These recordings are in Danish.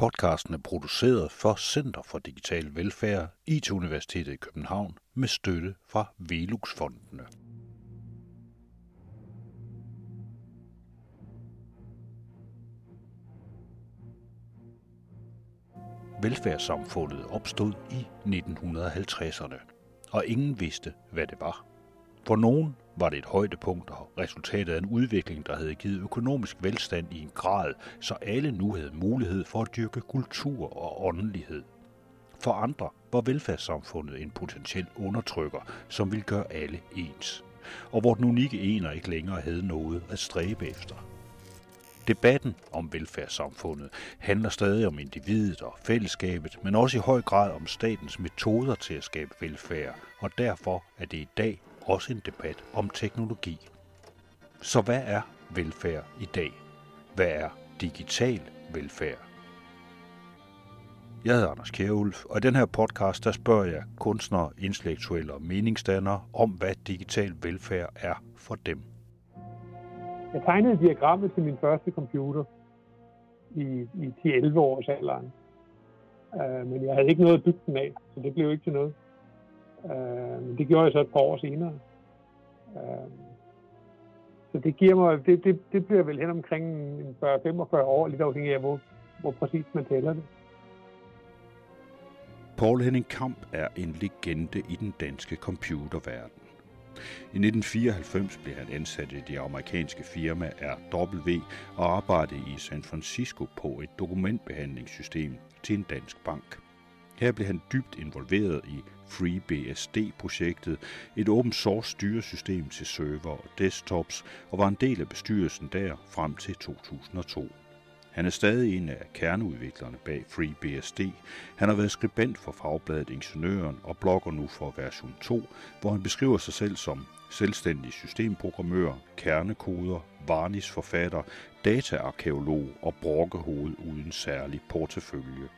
Podcasten er produceret for Center for Digital Velfærd, IT-Universitetet i København, med støtte fra Velux-fondene. Velfærdssamfundet opstod i 1950'erne, og ingen vidste, hvad det var. For nogen var det et højdepunkt og resultatet af en udvikling, der havde givet økonomisk velstand i en grad, så alle nu havde mulighed for at dyrke kultur og åndelighed. For andre var velfærdssamfundet en potentiel undertrykker, som ville gøre alle ens, og hvor den unikke ener ikke længere havde noget at stræbe efter. Debatten om velfærdssamfundet handler stadig om individet og fællesskabet, men også i høj grad om statens metoder til at skabe velfærd, og derfor er det i dag også en debat om teknologi. Så hvad er velfærd i dag? Hvad er digital velfærd? Jeg hedder Anders Kjærulf, og i den her podcast der spørger jeg kunstnere, intellektuelle og meningsdannere om, hvad digital velfærd er for dem. Jeg tegnede diagrammet til min første computer i 10-11 års alderen. Men jeg havde ikke noget at bygge den af, så det blev ikke til noget. Men det gjorde jeg så et par år senere. Så det giver mig, det bliver vel hen omkring 40-45 år, lidt afhængig af, hvor præcist man tæller det. Poul Henning Kamp er en legende i den danske computerverden. I 1994 blev han ansat i det amerikanske firma RW og arbejdede i San Francisco på et dokumentbehandlingssystem til en dansk bank. Her blev han dybt involveret i FreeBSD-projektet, et open source styresystem til server og desktops, og var en del af bestyrelsen der frem til 2002. Han er stadig en af kerneudviklerne bag FreeBSD. Han har været skribent for fagbladet Ingeniøren og blogger nu for version 2, hvor han beskriver sig selv som selvstændig systemprogrammør, kernekoder, varnisforfatter, dataarkæolog og brokkehoved uden særlig portefølje.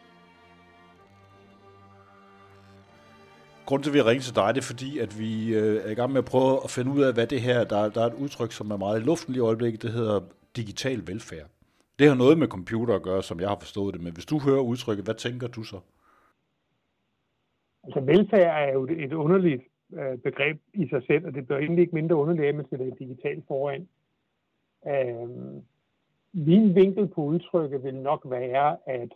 Grunden til, at vi ringer til dig, det er fordi, at vi er i gang med at prøve at finde ud af, hvad det her, der er et udtryk, som er meget i luften lige i øjeblikket, det hedder digital velfærd. Det har noget med computer at gøre, som jeg har forstået det, men hvis du hører udtrykket, hvad tænker du så? Altså velfærd er jo et underligt begreb i sig selv, og det bliver egentlig ikke mindre underligt af, at man sætter det digitalt foran. Min vinkel på udtrykket vil nok være, at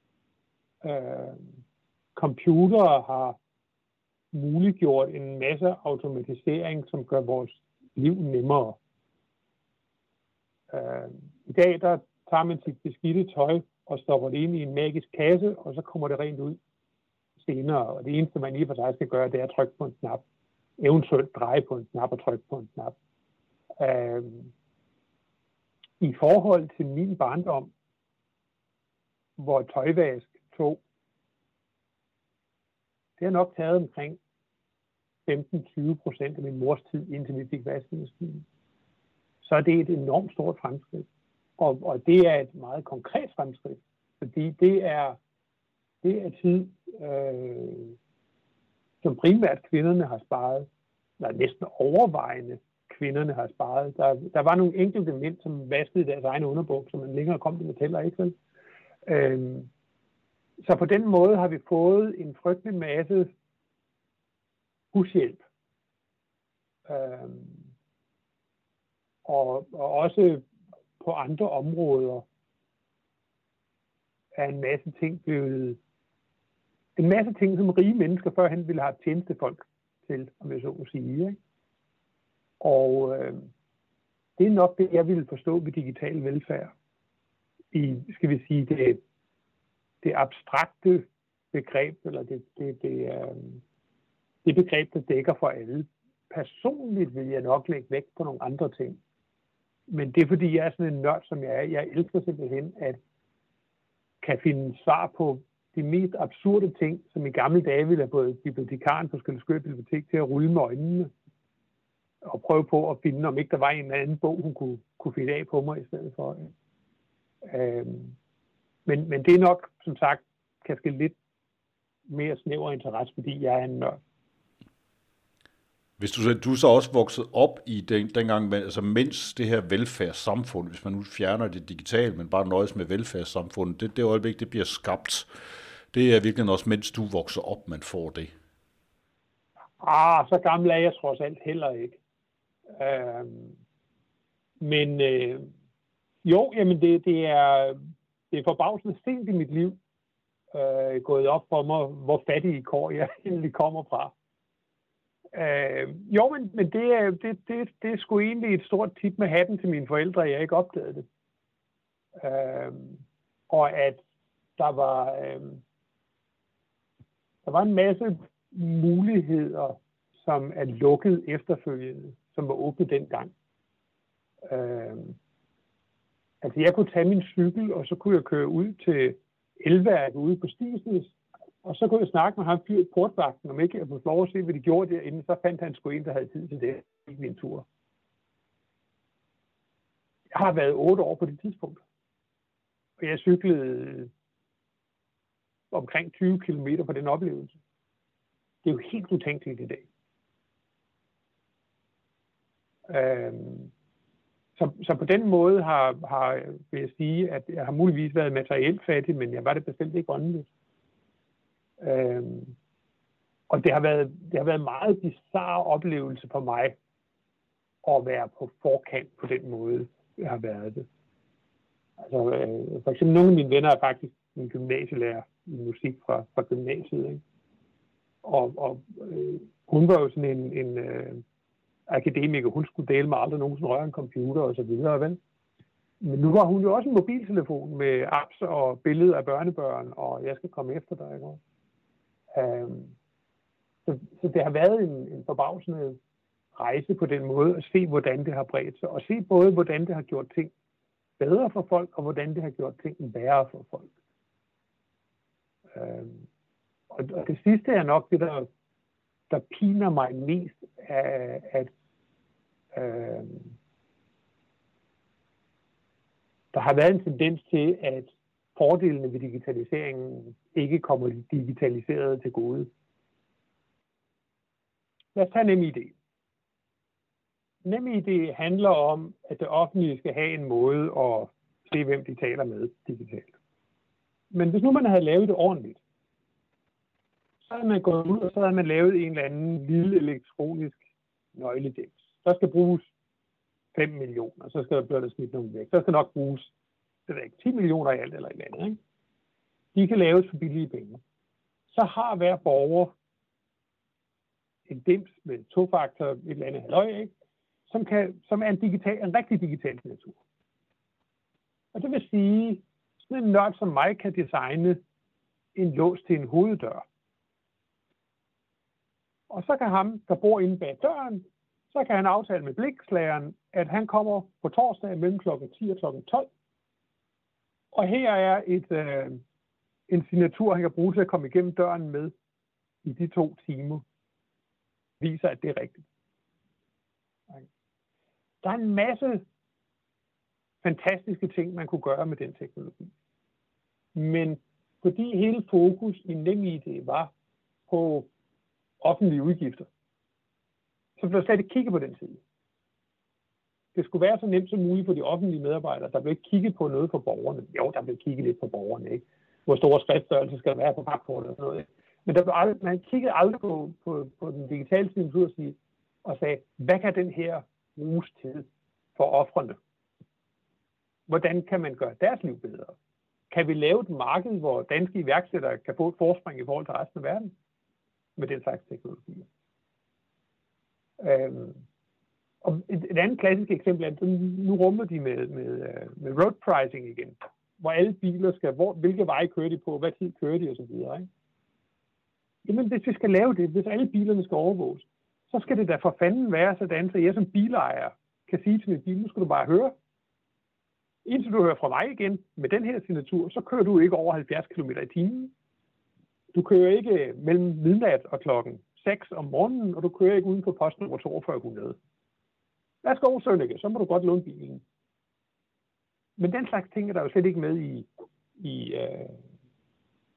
computere har muliggjort en masse automatisering, som gør vores liv nemmere. I dag der tager man sit beskidte tøj og stopper det ind i en magisk kasse, og så kommer det rent ud senere. Og det eneste, man lige for sig skal gøre, det er at trykke på en knap. Eventuelt dreje på en knap og trykke på en knap. I forhold til min barndom, hvor tøjvask tog, det har nok taget omkring 15-20% af min mors tid, indtil vi fik vaskemaskinen. Så er det et enormt stort fremskridt. Og det er et meget konkret fremskridt, fordi det er tid, som primært kvinderne har sparet, eller næsten overvejende kvinderne har sparet. Der var nogle enkelte mænd, som vaskede deres egen underbog, så man længere kom det med tæller, ikke vel? Så på den måde har vi fået en frygtelig masse hushjælp. Og også på andre områder er en masse ting, som rige mennesker førhen ville have tjenestefolk til, om jeg så må sige. Ikke? Og det er nok det, jeg ville forstå ved digital velfærd. I, skal vi sige, det abstrakte begreb, eller det begreb, der dækker for alle. Personligt vil jeg nok lægge vægt på nogle andre ting. Men det er fordi, jeg er sådan en nørd, som jeg er. Jeg elsker simpelthen at kan finde svar på de mest absurde ting, som i gamle dage ville have både bibliotekaren på Skønskør Bibliotek til at rulle med øjnene og prøve på at finde, om ikke der var en eller anden bog, hun kunne finde af på mig i stedet for. Men det er nok, som sagt, kanskje lidt mere snæver interesse, fordi jeg er en nørd. Hvis du så også vokset op i dengang, altså mens det her velfærdssamfund, hvis man nu fjerner det digitale, men bare nøjes med velfærdssamfundet, det øjeblik, det bliver skabt, det er virkelig også, mens du vokser op, man får det. Så gammel er jeg trods alt heller ikke. Men jamen det er forbavsende sent i mit liv gået op for mig, hvor fattig i kår jeg egentlig kommer fra. Men det er sgu egentlig et stort tip med hatten til mine forældre, at jeg ikke opdagede det. Og at der var en masse muligheder, som er lukket efterfølgende, som var åbne dengang. Altså jeg kunne tage min cykel, og så kunne jeg køre ud til elværket ude på Stigsnæs, og så kunne jeg snakke med ham fyret portvagten, om ikke jeg kunne få lov at se, hvad de gjorde derinde. Så fandt han sgu en, der havde tid til det i min tur. Jeg har været 8 år på det tidspunkt, og jeg cyklede omkring 20 kilometer på den oplevelse. Det er jo helt utænkeligt i dag. Så på den måde vil jeg sige, at jeg har muligvis været materielt fattig, men jeg var det bestemt ikke åndeligt. Og det har været en meget bizarre oplevelse for mig at være på forkant på den måde, jeg har været det. Altså, for eksempel nogle af mine venner er faktisk en gymnasielærer i musik fra gymnasiet, ikke? Og hun var jo sådan en akademiker. Hun skulle dele med aldrig nogensinde røre en computer og så videre, vel? Men nu var hun jo også en mobiltelefon med apps og billeder af børnebørn, og jeg skal komme efter dig, ikke? Så det har været en forbavsende rejse på den måde, at se, hvordan det har bredt sig, og se både, hvordan det har gjort ting bedre for folk, og hvordan det har gjort ting værre for folk. Og det sidste er nok det, der piner mig mest, at der har været en tendens til, at fordelene ved digitaliseringen ikke kommer digitaliserede til gode. Lad os tage NemID. NemID handler om, at det offentlige skal have en måde at se, hvem de taler med digitalt. Men hvis nu man havde lavet det ordentligt, så havde man gået ud, og så havde man lavet en eller anden lille elektronisk nøgledims. Der skal bruges 5 millioner, så skal der smidt nogle væk. Så skal nok bruges 10 millioner i alt eller et eller andet. Ikke? De kan laves for billige penge. Så har hver borger en dims med 2-faktor, et eller andet halløj, ikke? Som er en rigtig digital signatur. Og det vil sige, sådan en nørd som mig kan designe en lås til en hoveddør. Og så kan ham, der bor inde bag døren, så kan han aftale med blikslageren, at han kommer på torsdag mellem kl. 10 og kl. 12. Og her er en signatur, han kan bruge til at komme igennem døren med i de 2 timer. Viser, at det er rigtigt. Der er en masse fantastiske ting, man kunne gøre med den teknologi. Men fordi hele fokus i NemID var på offentlige udgifter, så blev der slet ikke kigget på den side. Det skulle være så nemt som muligt for de offentlige medarbejdere. Der blev ikke kigget på noget for borgerne. Jo, der blev kigget lidt på borgerne, ikke? Hvor store skriftstørrelser skal der være på papkortet og sådan noget. Men man kiggede aldrig på den digitale signatur og sagde, hvad kan den her bruges til for ofrene? Hvordan kan man gøre deres liv bedre? Kan vi lave et marked, hvor danske iværksættere kan få et forspring i forhold til resten af verden med den slags teknologier? Og et andet klassisk eksempel er, at nu rummer de med road pricing igen, hvor alle biler skal, hvilke veje kører de på, hvad tid kører de osv. Ikke? Jamen, hvis vi skal lave det, hvis alle bilerne skal overvåges, så skal det da for fanden være sådan, så jeg som bilejer kan sige til min bil, nu skal du bare høre. Indtil du hører fra mig igen med den her signatur, så kører du ikke over 70 km i timen. Du kører ikke mellem midnat og klokken 6 om morgenen, og du kører ikke uden på postnummer 4200. Værsgo, Sønneke, så må du godt låne bilen. Men den slags ting er der jo slet ikke med i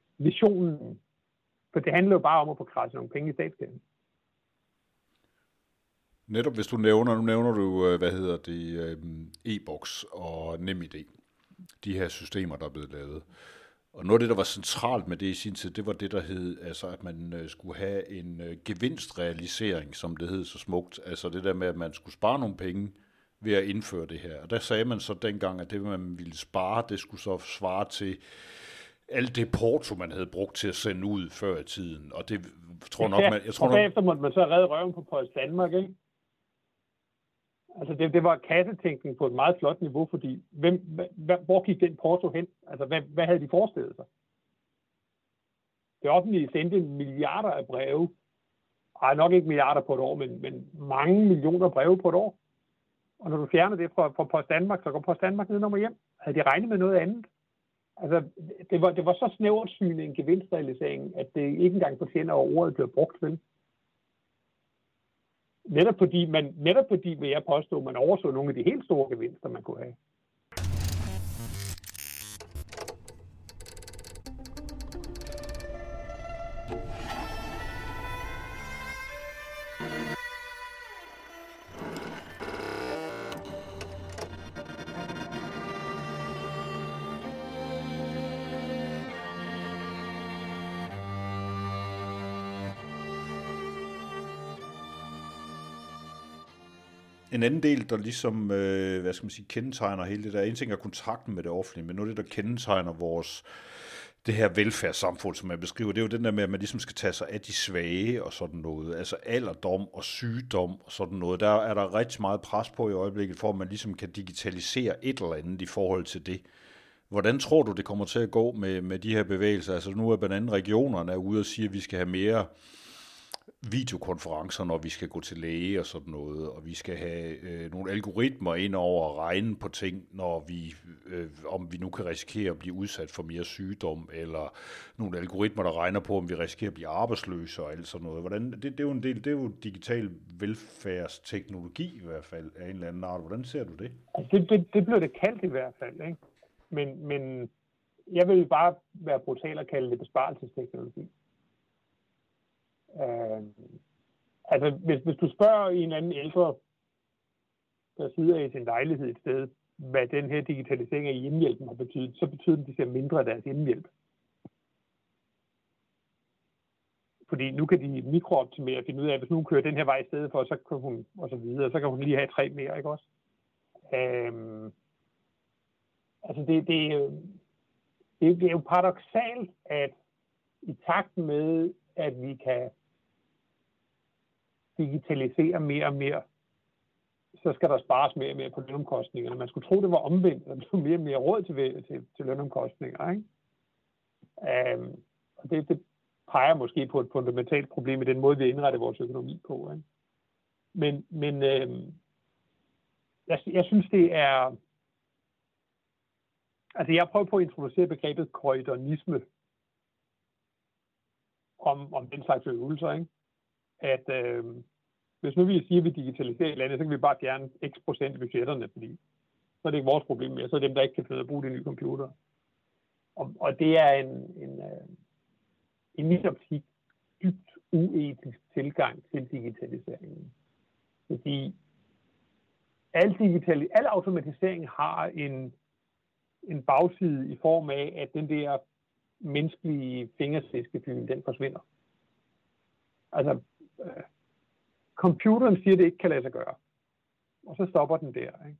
visionen. For det handler jo bare om at få kradset nogle penge i statskassen. Netop hvis du nævner du, e-boks og NemID, de her systemer, der er blevet lavet. Og noget af det, der var centralt med det i sin tid, det var det, der hed, altså, at man skulle have en gevinstrealisering, som det hed så smukt. Altså det der med, at man skulle spare nogle penge ved at indføre det her. Og der sagde man så dengang, at det, man ville spare, det skulle så svare til alt det porto, man havde brugt til at sende ud før i tiden. Og det tror nok, og bagefter måtte man så redde røven på Post Danmark, ikke? Altså det var kassetænkning på et meget flot niveau, fordi hvor gik den porto hen? Altså hvad havde de forestillet sig? Det offentlige sendte milliarder af breve. Nok ikke milliarder på et år, men mange millioner breve på et år. Og når du fjerner det fra Post Danmark, så går Post Danmark nedenom hjem. Havde de regnet med noget andet? Altså det var så snævert synet en gevinstrealisering, at det ikke engang fortjener, at ordet blev brugt vel. Netop fordi, vil jeg påstå, man overså nogle af de helt store gevinster, man kunne have. En anden del, der ligesom, kendetegner hele det der, en ting er kontakten med det offentlige, men noget af det, der kendetegner det her velfærdssamfund, som man beskriver, det er jo den der med, at man ligesom skal tage sig af de svage og sådan noget, altså alderdom og sygdom og sådan noget. Der er der rigtig meget pres på i øjeblikket, for at man ligesom kan digitalisere et eller andet i forhold til det. Hvordan tror du, det kommer til at gå med de her bevægelser? Altså nu er blandt andet regionerne ude og sige, at vi skal have mere videokonferencer, når vi skal gå til læge og sådan noget, og vi skal have nogle algoritmer ind over at regne på ting, når vi, om vi nu kan risikere at blive udsat for mere sygdom, eller nogle algoritmer, der regner på, om vi risikerer at blive arbejdsløse og alt sådan noget. Hvordan, det er jo en del, det er jo digital velfærdsteknologi i hvert fald af en eller anden art. Hvordan ser du det? Det blev det kaldt i hvert fald, ikke? Men jeg vil bare være brutal og kalde det besparelsesteknologi. Altså, hvis du spørger en eller anden ældre, der sidder i sin lejlighed et sted, hvad den her digitalisering af hjemmehjælpen har betydet, så betyder det, at de ser mindre af deres hjemmehjælp. Fordi nu kan de mikrooptimere og finde ud af, at hvis nogen kører den her vej i stedet for, så kan hun, og så videre, så kan hun lige have 3 mere, ikke også? Altså, det er jo paradoksalt, at i takt med, at vi kan digitalisere mere og mere, så skal der spares mere og mere på lønomkostningerne. Man skulle tro, det var omvendt, at der blev mere og mere råd til lønomkostninger, ikke? Og det peger måske på et fundamentalt problem i den måde, vi indretter vores økonomi på, ikke? Men jeg synes, det er... Altså, jeg prøver på at introducere begrebet korridorisme om den slags øvelser, ikke? At hvis nu vi siger, at vi digitaliserer et landet, så kan vi bare fjerne x procent af budgetterne, fordi så er det ikke vores problem mere, så er det dem, der ikke kan finde at bruge de nye computer. Og det er en min optik dybt uetisk tilgang til digitaliseringen. Fordi al automatisering har en bagside i form af, at den der menneskelige fingerspidsgefühl, den forsvinder. Altså, computeren siger, at det ikke kan lade sig gøre. Og så stopper den der, ikke?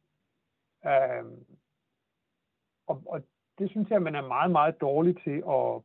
Og det synes jeg, man er meget, meget dårlig til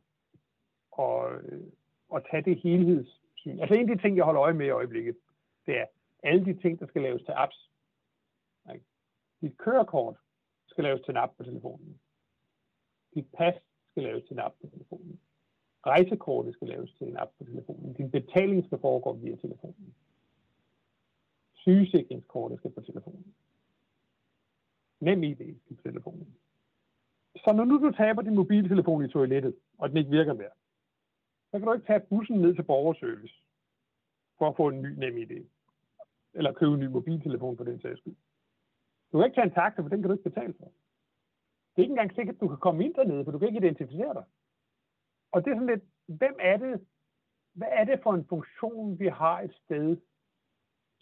at tage det helhedssyn. Altså en af de ting, jeg holder øje med i øjeblikket, det er alle de ting, der skal laves til apps. Ikke? Dit kørekort skal laves til en app på telefonen. Dit pas skal laves til en app på telefonen. Rejsekortet skal laves til en app på telefonen. Din betaling skal foregå via telefonen. Sygesikringskortet skal på telefonen. NemID skal på telefonen. Så når nu du taber din mobiltelefon i toilettet, og den ikke virker mere, så kan du ikke tage bussen ned til borgerservice for at få en ny NemID. Eller købe en ny mobiltelefon for den sags skyld. Du kan ikke tage en taxa, for den kan du ikke betale for. Det er ikke engang sikkert, at du kan komme ind dernede, for du kan ikke identificere dig. Og det er sådan lidt, hvad er det for en funktion, vi har et sted,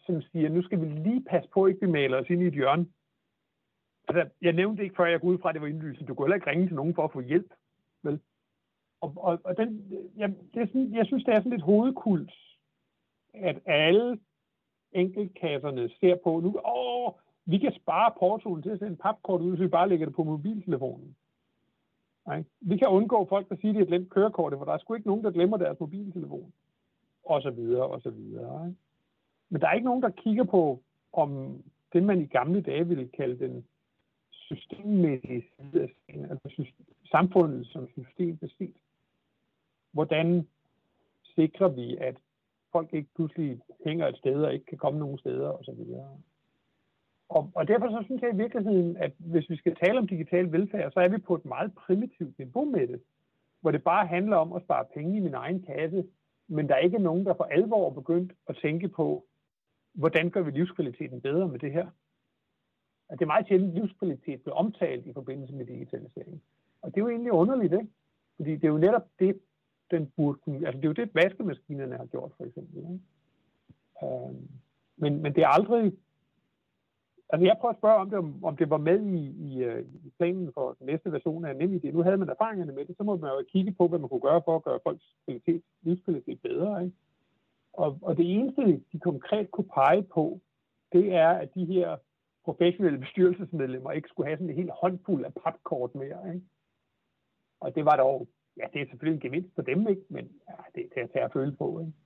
som siger, nu skal vi lige passe på, ikke vi maler os ind i et hjørne. Altså, jeg nævnte ikke før, jeg går ud fra, at det var indlysende. Du kunne heller ikke ringe til nogen for at få hjælp. Vel? Og jeg synes, det er sådan lidt hovedkult, at alle enkeltkasserne ser på nu, vi kan spare portoen til at sende papkort ud, så vi bare lægger det på mobiltelefonen. Nej. Vi kan undgå folk, der siger, at de har glemt kørekortet, for der er sgu ikke nogen, der glemmer deres mobiltelefon. Og så videre, og så videre. Ikke? Men der er ikke nogen, der kigger på, om det, man i gamle dage ville kalde den systemmæssige side af sagen, altså samfundet som system beset. Hvordan sikrer vi, at folk ikke pludselig hænger et sted og ikke kan komme nogen steder, og så videre. Og derfor så synes jeg i virkeligheden, at hvis vi skal tale om digital velfærd, så er vi på et meget primitivt niveau med det, hvor det bare handler om at spare penge i min egen kasse, men der er ikke nogen, der for alvor er begyndt at tænke på, hvordan gør vi livskvaliteten bedre med det her. At det er meget sjældent, livskvalitet bliver omtalt i forbindelse med digitalisering. Og det er jo egentlig underligt, ikke? Fordi det er jo netop det, den burde kunne... Altså det er jo det, vaskemaskinerne har gjort, for eksempel. Ikke? Men det er aldrig... Altså jeg prøver at spørge, om det var med i planen for den næste version af NemID. Nu havde man erfaringerne med det, så må man jo kigge på, hvad man kunne gøre for at gøre folks livskvalitet bedre. Ikke? Og det eneste, de konkret kunne pege på, det er, at de her professionelle bestyrelsesmedlemmer ikke skulle have sådan en helt håndfuld af papkort mere. Ikke? Og det var dog, ja, det er selvfølgelig en gevinst for dem, ikke? Men ja, det er til at tage at føle på. Ikke?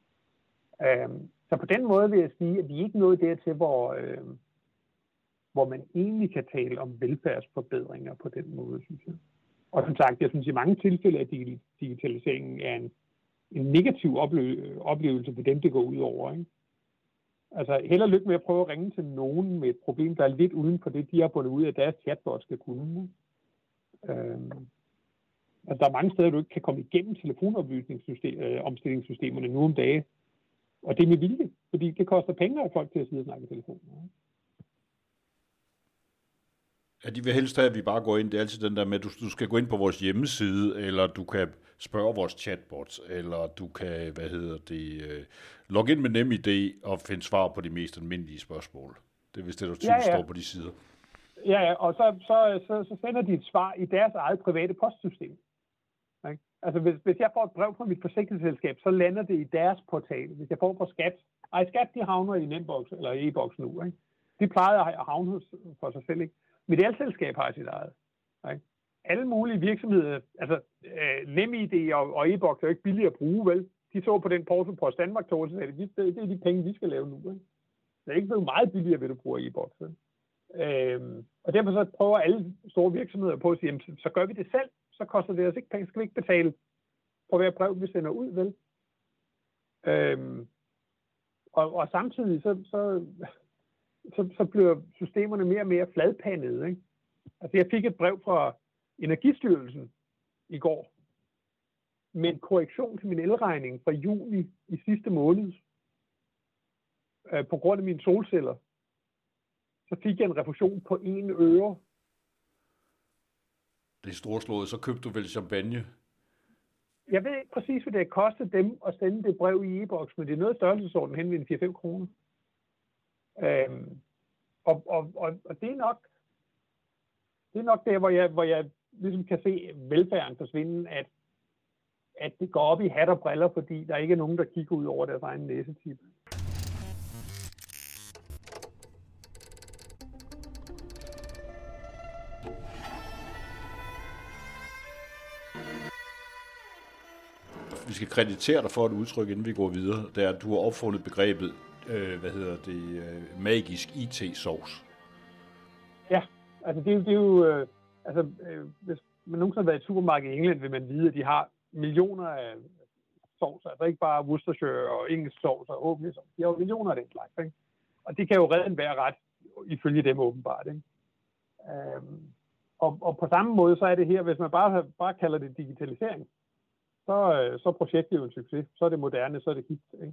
Så på den måde vil jeg sige, at vi ikke nået dertil, hvor man egentlig kan tale om velfærdsforbedringer på den måde, synes jeg. Og som sagt, jeg synes i mange tilfælde, at digitaliseringen er en negativ oplevelse for dem, det går ud over. Ikke? Altså, held og lykke med at prøve at ringe til nogen med et problem, der er lidt uden for det, de har fundet ud af, at deres chatbot skal kunne. Altså, der er mange steder, du ikke kan komme igennem telefonomstillingssystemerne nu om dage. Og det er med vilje, fordi det koster penge af folk til at sidde og snakke i telefonen. Ja, de vil helst have, at vi bare går ind. Det er altid den der med, at du skal gå ind på vores hjemmeside, eller du kan spørge vores chatbots, eller du kan, logge ind med NemID og finde svar på de mest almindelige spørgsmål. Det er vist det, der typisk står på de sider. Ja, og så sender de et svar i deres eget private postsystem. Okay? Altså, hvis jeg får et brev fra mit forsikringsselskab, så lander det i deres portal. Hvis jeg får på Skat, de havner i Nembox eller e-boks nu. Ikke? De plejede at havne for sig selv, ikke? Mit elselskab har sit eget. Ikke? Alle mulige virksomheder, altså NemID og e-boks er jo ikke billige at bruge, vel? De så på den Post Danmark tog, og sagde, det er de penge, vi skal lave nu. Ikke? Det er ikke blevet meget billigere, ved du bruger e-boks. Og derfor så prøver alle store virksomheder på at sige, så gør vi det selv, så koster det os ikke penge, skal vi ikke betale på hver brev, vi sender ud, vel? Og samtidig så bliver systemerne mere og mere fladpandede. Ikke? Altså jeg fik et brev fra Energistyrelsen i går med en korrektion til min elregning fra juni i sidste måned på grund af mine solceller. Så fik jeg en refusion på 1 øre. Det er storslået. Så købte du vel champagne? Jeg ved ikke præcis, hvad det kostede dem at sende det brev i e-boks, men det er noget størrelsesorden hen ved 4-5 kroner. Og det er nok der, hvor jeg ligesom kan se velfærden forsvinde, at det går op i hat og briller, fordi der ikke er nogen, der kigger ud over deres egen næsetip. Vi skal kreditere dig for et udtryk, inden vi går videre. Det er, at du har opfundet begrebet magisk IT-sovs. Ja, altså det er jo hvis man nogensinde har været i et supermarked i England, vil man vide, at de har millioner af sovser, altså ikke bare Worcestershire og engelsk sovs og åbne sovs. De har jo millioner af den slags, ikke? Og det kan jo redde enhver ret, ifølge dem åbenbart, ikke? Og på samme måde, så er det her, hvis man bare kalder det digitalisering, så er projektet jo en succes. Så er det moderne, så er det hit, ikke?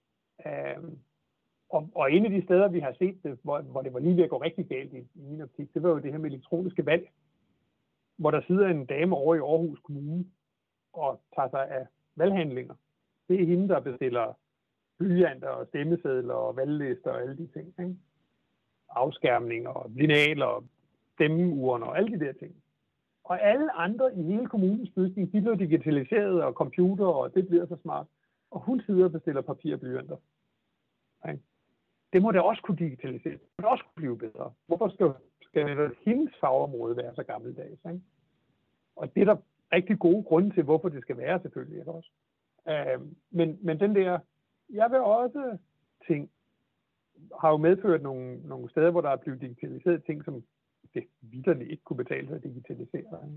Og en af de steder, vi har set det, hvor det var lige ved at gå rigtig galt i min optik, det var jo det her med elektroniske valg, hvor der sidder en dame over i Aarhus Kommune og tager sig af valghandlinger. Det er hende, der bestiller blyanter og stemmesedler og valglister og alle de ting. Ikke? Afskærmning og linealer og stemmeurner og alle de der ting. Og alle andre i hele kommunens bygning, de blev digitaliseret og computer, og det bliver så smart. Og hun sidder og bestiller papir og blyanter. Ikke? Det må da også kunne digitaliseres. Det må da også kunne blive bedre. Hvorfor skal hendes fagområde være så gammeldags? Ikke? Og det er der rigtig gode grunde til, hvorfor det skal være selvfølgelig. Ikke også? Men den der, jeg vil også ting, har jo medført nogle steder, hvor der er blevet digitaliseret ting, som det vitterligt ikke kunne betale sig at digitalisere.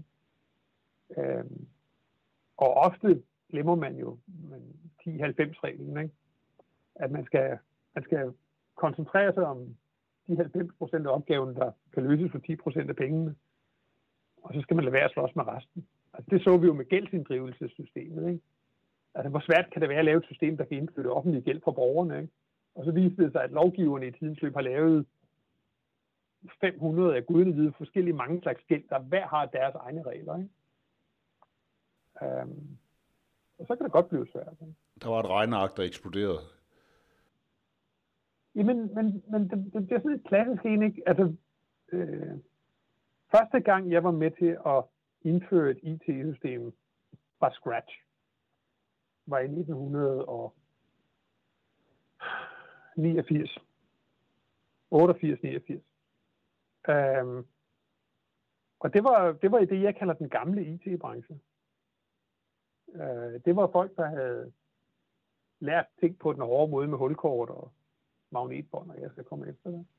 Og ofte glemmer man jo 10-90-reglen, ikke? At man skal koncentrere sig om de 90% af opgaven, der kan løses for 10% af pengene, og så skal man lade være at slås med resten. Altså, det så vi jo med gældsinddrivelsessystemet. Ikke? Altså, hvor svært kan det være at lave et system, der kan indføre offentlig gæld fra borgerne? Ikke? Og så viste det sig, at lovgiverne i tidens løb har lavet 500 af gudene vide forskellige mange slags gæld, der hver har deres egne regler. Ikke? Og så kan det godt blive svært. Ikke? Der var et regneark, der eksploderede. Jamen, men det er sådan et klassisk en, ikke? Altså, første gang, jeg var med til at indføre et IT-system fra scratch, var i 1989. 88-89. Og det var i det, jeg kalder den gamle IT-branche. Det var folk, der havde lært ting på den hårde måde med hulkort og magnetbånd, og jeg skal komme efter det.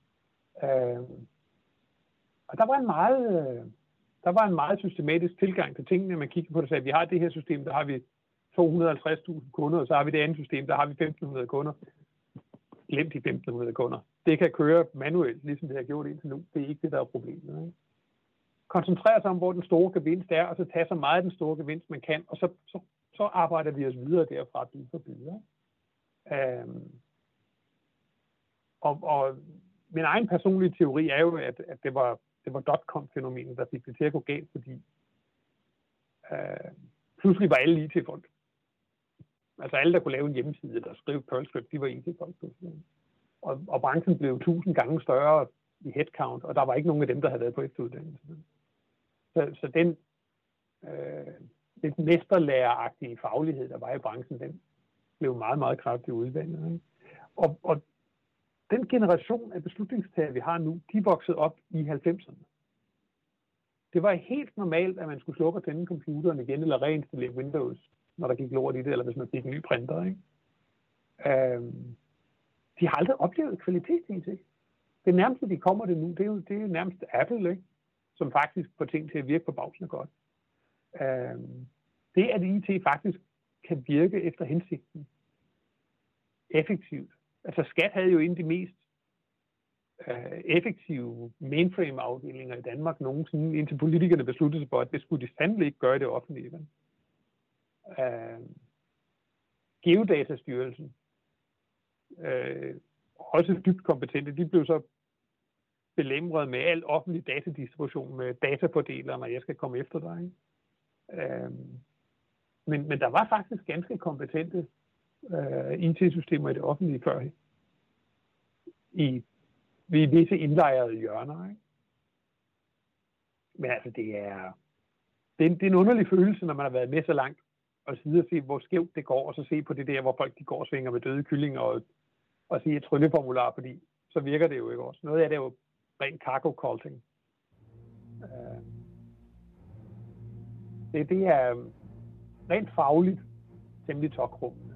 Og der var en meget systematisk tilgang til tingene. Man kigger på det og sagde, at vi har det her system, der har vi 250.000 kunder, og så har vi det andet system, der har vi 1.500 kunder. Glem de 1.500 kunder. Det kan køre manuelt, ligesom det har gjort indtil nu. Det er ikke det, der er problemet. Ikke? Koncentrere sig om, hvor den store gevinst er, og så tage så meget af den store gevinst, man kan, og så arbejder vi os videre derfra, bid for bid. Og min egen personlige teori er jo, at det var dot-com-fænomenet, der fik det til at gå galt, fordi pludselig var alle IT-folk. Altså alle, der kunne lave en hjemmeside, der skrev Perl-script, de var IT-folk. Og branchen blev 1000 gange større i headcount, og der var ikke nogen af dem, der havde været på efteruddannelse. Så den lidt mesterlæreragtige faglighed, der var i branchen, den blev meget, meget kraftigt udvandet. Ikke? Og den generation af beslutningstager, vi har nu, de voksede op i 90'erne. Det var helt normalt, at man skulle slukke og tænde computeren igen, eller reinstallere Windows, når der gik lort i det, eller hvis man fik en ny printer. Ikke? De har aldrig oplevet kvalitet-IT. Det nærmeste, de kommer det nu, det er jo nærmest Apple, ikke? Som faktisk får ting til at virke på bagsende godt. Det, at IT faktisk kan virke efter hensigten, effektivt. Altså Skat havde jo en af de mest effektive mainframe-afdelinger i Danmark nogensinde, indtil politikerne besluttede sig for, at det skulle de sandelig ikke gøre i det offentlige. Geodatastyrelsen, også dybt kompetente, de blev så belemret med al offentlig datadistribution med datafordelere, når jeg skal komme efter dig. Ikke? Men der var faktisk ganske kompetente IT-systemer i det offentlige før i visse indlejrede hjørner. Ikke? Men altså, det er en underlig følelse, når man har været med så langt, og sidde og se, hvor skævt det går, og så se på det der, hvor folk de går og svinger med døde kyllinger, og sige et trylleformular, fordi så virker det jo ikke også. Noget af det er jo ren cargo-culting. Det er rent fagligt temmelig tokrum.